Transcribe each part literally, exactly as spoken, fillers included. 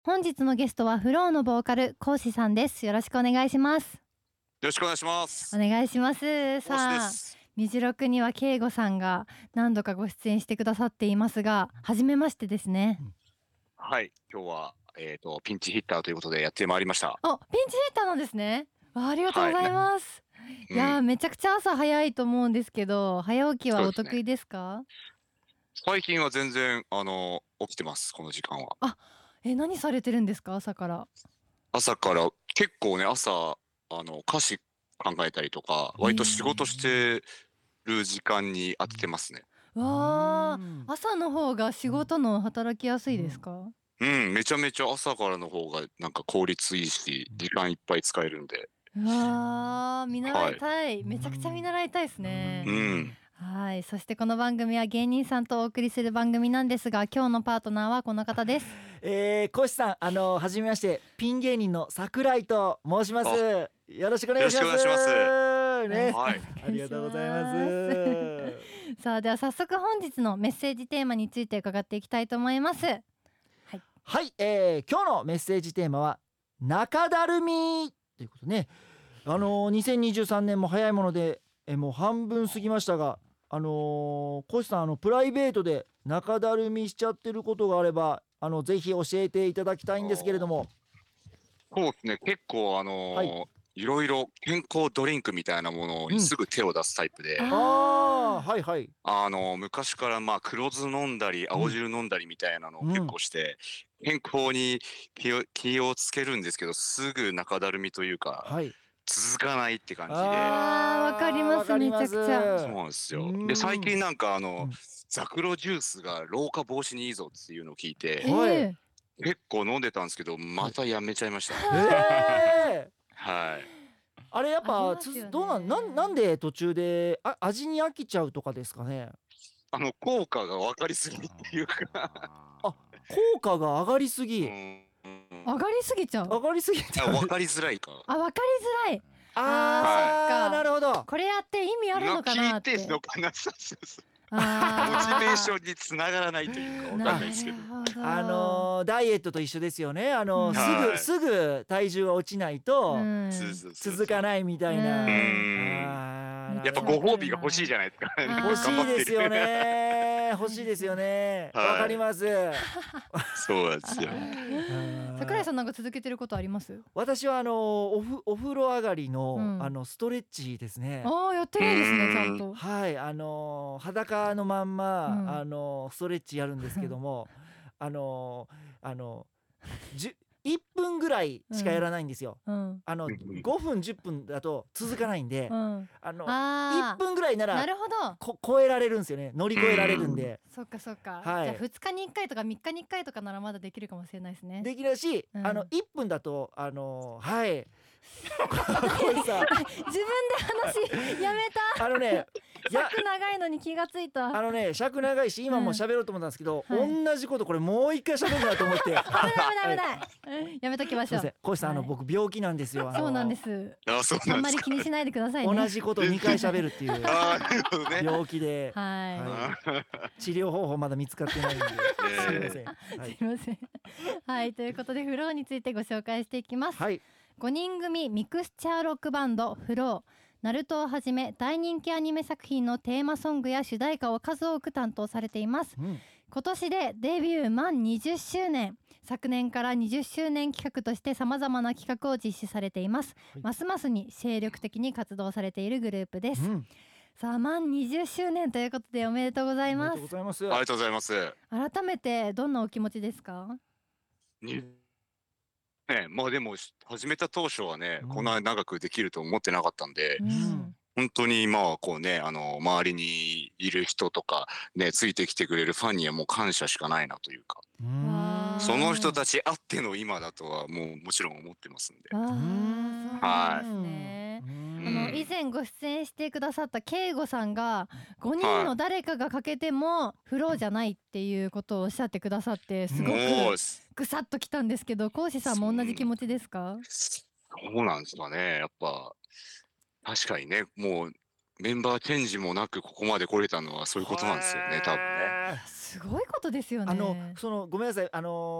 本日のゲストはフローのボーカルこうしさんです。よろしくお願いします。 よろしくお願いします。 お願いします。 こうしでさあ、 す。 みじろくにはけいごさんが何度かご出演してくださっていますが、初めましてですね。 はい、今日は、えっ、と、ピンチヒッターということでやってまいりました。 あ、ピンチヒッターなんですね。あ、ありがとうございはい。 ます。いやー、 うん、 めちゃくちゃ朝早いと思うんですけど、早起きはそうですね。 お得意ですか？ 最近は全然、あの、起きてます、この時間は。 あ、え、何されてるんですか？朝から。 朝から結構ね、朝、あの、歌詞考えたりとか、 へ割と仕事しえ。 てる時間に当ててますね。 わあ、朝の方が仕事の働きやすいですか？ うん、めちゃめちゃ朝からの方がなんか効率いいし、時間いっぱい使えるんで。 うわあ、見習はい。 いたい。めちゃくちゃ見習いたいですね。 うん。 はい。そしてこの番組は芸人さんとお送りする番組なんですが、今日のパートナーはこの方です。 えー、コシさん、あの、はじめまして、ピン芸人の桜井と申します。 あ、よよろしくお願ろしくおいします。 願いします。 ね、 よろしくお願はい。 ありがとうございまいしす。 ます。さあ、では早速本日のメッセージテーマについて伺っていきたいと思います。はい。 はい、えー、今日のメッセージテーマは中だるみということね。あのー、にせんにじゅうさんねんも早いもので、えーもう半分過ぎましたが、あのー、コシさん、あのプライベートで中だるみしちゃってることがあれば、あのぜひ教えていただきたいんですけれども。 そうですね、結構あはい。 の、いろいろ健康ドリンクみたいなものうん。 にすぐ手を出すタイプで、 ああ、 あはいはい。 あの、昔からまあ黒酢飲んだり、青うん。 汁飲んだりみたいなのを結うん。 構して、健康に気を気をつけるんですけど、すぐ中だるみというか、 はい。 続かないって感じで、 あー、わかりああ、 ます。めちわかります。 ゃくちゃ。 そうなんですうーよ。で、最ん。 近なんかあの、 うん。 ザクロジュースが老化防止にいいぞっていうのを聞いて、 はい。 ええ結構飲んでたんですけど、 はい。 またやめちゃいましたね。 ええ。 はい。 あれやっありぱますよつどうなんなんなんね。 で途中であ味に飽きちゃうとかですかね。 あの、効果が分かりすぎっていうかあ、効果が上がりすぎ。 うーん。 上がりすぎちゃう。 上がりすぎちあ、 ゃう。 分かりづらいか。 あ、わかりづらい。あー、そっああ、なか。 るほど。 これやって意味あるなのか聞いてんなって。 のかな、そうそうそう。モチベーシあョンに繋がらないというか、 ー、 分かんなるないですけど。 ほあど。 のーダイエットと一緒ですよね。あうのーすぐはい。 すぐ体重が落ちないん、 とうん、 そうそうそう続そう。 かないみたういな。 ん。 ーん。 ああ、 めっやっぱなるほど。 ご褒ちゃわかる美が欲しいじゃな。 ないですか。なんか欲頑張ってる。 しいですよね。欲しいですよ大事。 ね。わかはい。 ります。 そうなんですよ。 桜井あーさんなんか続けてることあります？ 私はあのーおふお風呂上がりうん。 のあのストレッチですね。 ああ、やってうるんですね、ちゃんーん。 と。 はい、あのー裸のまんま、 うん。 あのーストレッチやるんですけども、あのーあのじゅいっぷんぐらいうん。 しかやらないんですよ。 うん。 あのうんうん。 ごふんじゅっぷんだと続かないんで、 うん。 あの1 ああ、 分ぐらいならなるほど。 こ超えられるんですよね。乗りう越えられるんーん。 で。 そっかそっか。じゃあはい。 ふつかにいっかいとかみっかにいっかいとかならまだできるかもしれないですね。 できるし、あのうん。 いっぷんだとあのはい。ここれさ、 自分で話やめた。 あのね、いや、 尺長いのに気がついた。 あのね、尺長いし、今もうん。 喋ろうと思ったんですけど、 はい。 同じことこれもう一回喋るなと思って。 危ない危ない危はい。 ない。やめときましょう。 すいません。こうしたあのはい。 僕病気なんですよ。あそうなんでのす。 あ、そうあんまりなんですか。 気にしないでください同ね。 じことをにかい全然。 喋るっていうああ、なるほどね。 病気で、 ははい。 ああ。 治療方法まだ見つかってないんで、すいませええ。 ん。はい。 い。 すいません。はい、ということでフローについてご紹介していきます。 はい。 ごにん組ミクスチャーロックバンドフロー。ナルトをはじめ大人気アニメ作品のテーマソングや主題歌を数多く担当されています。 うん。 今年でデビュー満にじゅっしゅうねん、昨年からにじゅっしゅうねん企画として様々な企画を実施されています。 はい。 ますますに精力的に活動されているグループです。 うん。 さあ、満にじゅっしゅうねんということでおめでとうございおめでます。 とうございます。 ありがとうございます。 改めてどんなお気持ちですか？ にね、まあでも、し始めた当初はね、こんなうん。 長くできると思ってなかったんで、 ううん。 ん。 本当にまあこうね、あの、周りにいる人とか、ね、ついてきてくれるファンにはもう感謝しかないなというか、 うーその人ん。 たちあっての今だとはもうもちろん思ってますんで。 うーああ、そうなんはですん。 ね。 うーい。うあの以ん。 前ご出演してくださったケイゴさんがごにんのは誰かが欠けてもフローじゃないっていうことをおっしゃってくださってうい。 すごん。 くもう、すぐさっときたんですけど、講師さんそも同じ気ん持ちですか？ そうなんですかね。やっぱ、確かにね、もうメンバーチェンジもなくここまで来れたのはそういうことなんですよね、多分ね。 いや、 はあ。 すごいことですよあのね。 そのごめんなさい。あの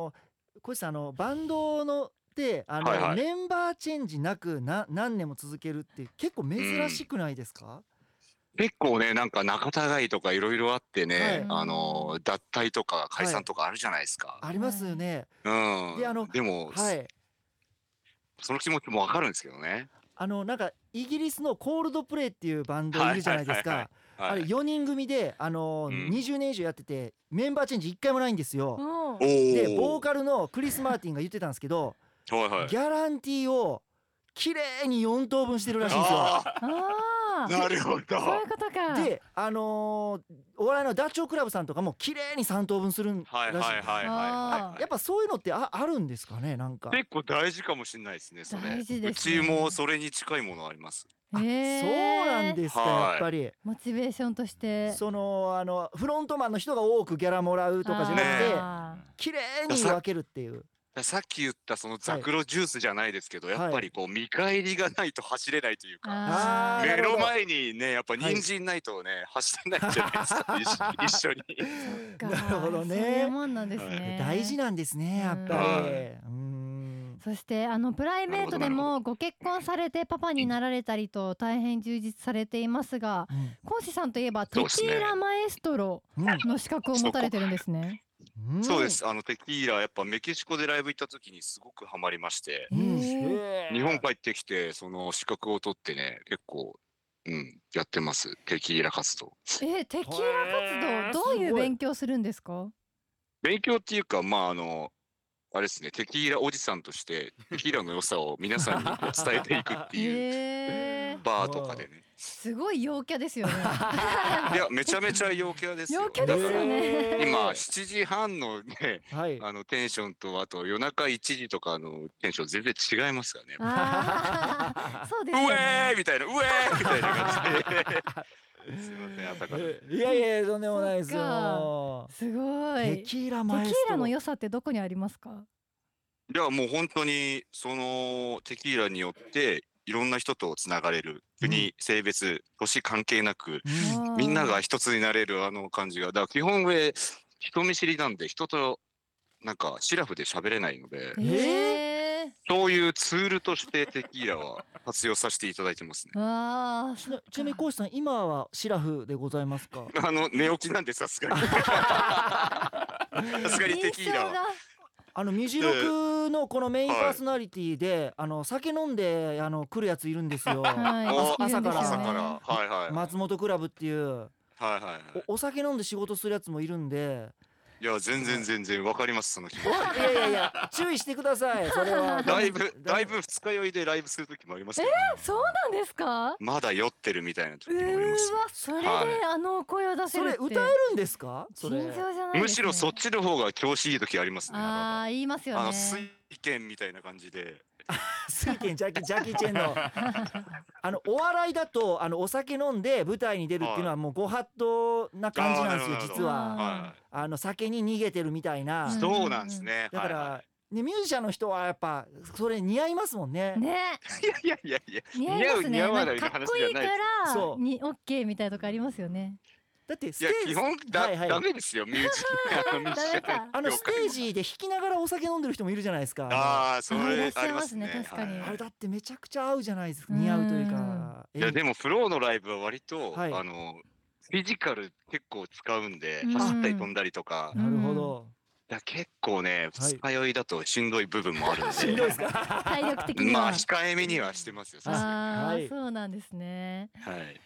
小石さんあのバンドのであの、 はいはいメンバーチェンジなくな何年も続けるって結構珍しくないですか？ 結構ね、なんか仲違いとかいろいろあってね、 はいあの脱退とか解散とかあるじゃないですか。 ありますよね。 うん。 であのでも、 はい。 その気持ちもわかるんですけどね。 あのなんかイギリスのコールドプレイっていうバンドいるじゃないですか。 はいはいはいはいあれよにん組であのうんにじゅうねん以上やっててメンバーチェンジいっかいもないんですよ。 おおでボーーカルのクリス・マーティンが言ってたんですけど、 はいはい。 ギャランティーを綺麗によん等分してるらしいんですよ。 あああ、 あなるほど。 そういうことか。 であのーお笑いのダチョウ倶楽部さんとかも綺麗にさん等分するらしい。 はいはいはいはいはい。 やっぱそういうのってああるんですかね、なんか。 結構大事かもしれないですね、それ。 大事ですねうちもそれに近いものあります。 あそうへーなんですか、 はいやっぱり。 モチベーションとしてそのあのフロントマンの人が多くギャラもらうとかじゃなくて、 あ綺麗に分けるっていう。 さっき言ったそのザクロジュースじゃないですけど、 はいやっぱりこう見返りがないと走れないというか、 あー目あーなるほどの前にねやっぱ人参ないとね、走れないじゃないですか一一緒に。 かなるほどねそういうもんなんですね。 大事なんですね、やっぱり。 はうーん。 そしてあのプライベートでなるほもご結婚されてパパになられたりと大変充実されていますが、コウシさんといえばテそうですねキーラマエストロうんの資格を持たれてるんですね。 うんそうで。す。あのテキーラやっぱメキシコでライブ行った時にすごくハマりまして、 うんへーへー日本帰ってきてその資格を取ってね結構うんやってますテキーラ活動。 えテキーラ活へー動どういうすごい勉強するんですか？ 勉強っていうかまああのあれですねテキーラおじさんとしてテキーラの良さを皆さんにこう伝えていくっていうへーバーとかでね。 すごい陽キャですよね。 いやめちゃめちゃ陽キャですよ。 陽キャですよねへー今しちじはんのねはい。 あのテンションとあと夜中いちじとかのテンション全然違いますからね。 あーそうですうよね。 えーみたいなうえーみたいな感じで。すいません朝から。 えいやいやとんでもないですそっよ。 すごい。 テテキーラマエキストロ。 ーラの良さってどこにありますか？ いやもう本当にそのテキーラによっていろんな人とつながれる国、 うん性別年関係なくうんみんなが一つになれるあの感じがだから基本上人見知りなんで人となんかシラフで喋れないのでええそういうツールとしてテキーラは活用させていただいてますね。 ああ、 ちなちなみにコウシさん今はシラフでございますか？ あの寝起きなんでさすがにさすがにテキーラは。 あのミジロクのこのメインパーソナリティで、あの酒飲んであの来るやついるんですよ。 はい、 朝から朝からはいはい松本クラブっていうはいはいはい。 おお酒飲んで仕事するやつもいるんで、 いや全然全然わかりますその気持ち。 いやいやいや注意してください。それはだいぶだだいぶ二日酔いでライブする時もありますけどね、 そうなんですか？ まだ酔ってるみたいな時うもありますーわ、それではいあの声を出せそれるって歌えるんですか？それ尋常じゃないですね。 むしろそっちの方が調子いい時ありますね。 ああ、言いますよあのね。 水拳みたいな感じで。 水拳ジャキジャキチェンのあのお笑いだとあのお酒飲んで舞台に出るっていうのはもうご法度な感じなんですよあーなるほど実は。 はあの酒に逃げてるみたいな。 うんい。そうなんですね。 だから、 はいはね、ミュージシャンの人はやっぱそれ似合いますもんね。 ね、 い、いやいやいやいや。 似合いますね。 似合う似合わないのなんかかっ話じゃないこいいからそうにオッケーみたいなとこありますよね。 だってスいテージや基本だ、 はいはいダメですよミュージックあのミュージシャンダメかあのステージで弾きながらお酒飲んでる人もいるじゃないですか。 ああそあいられっしゃいまねありますすね。 確かにはいあれだってめちゃくちゃ合うじゃないですか。似合うというか。 いやえでもフローのライブは割と、 はいあのフィジカル結構使うんでうん走ったり飛んだりとか、 うんなるほど。 いや結構ねはい二日酔いだとしんどい部分もあるんで、 しんどいですか。 体力的には。 まあ控えめにはしてますよさすがああ、 はいそうなんですね。 に。はい。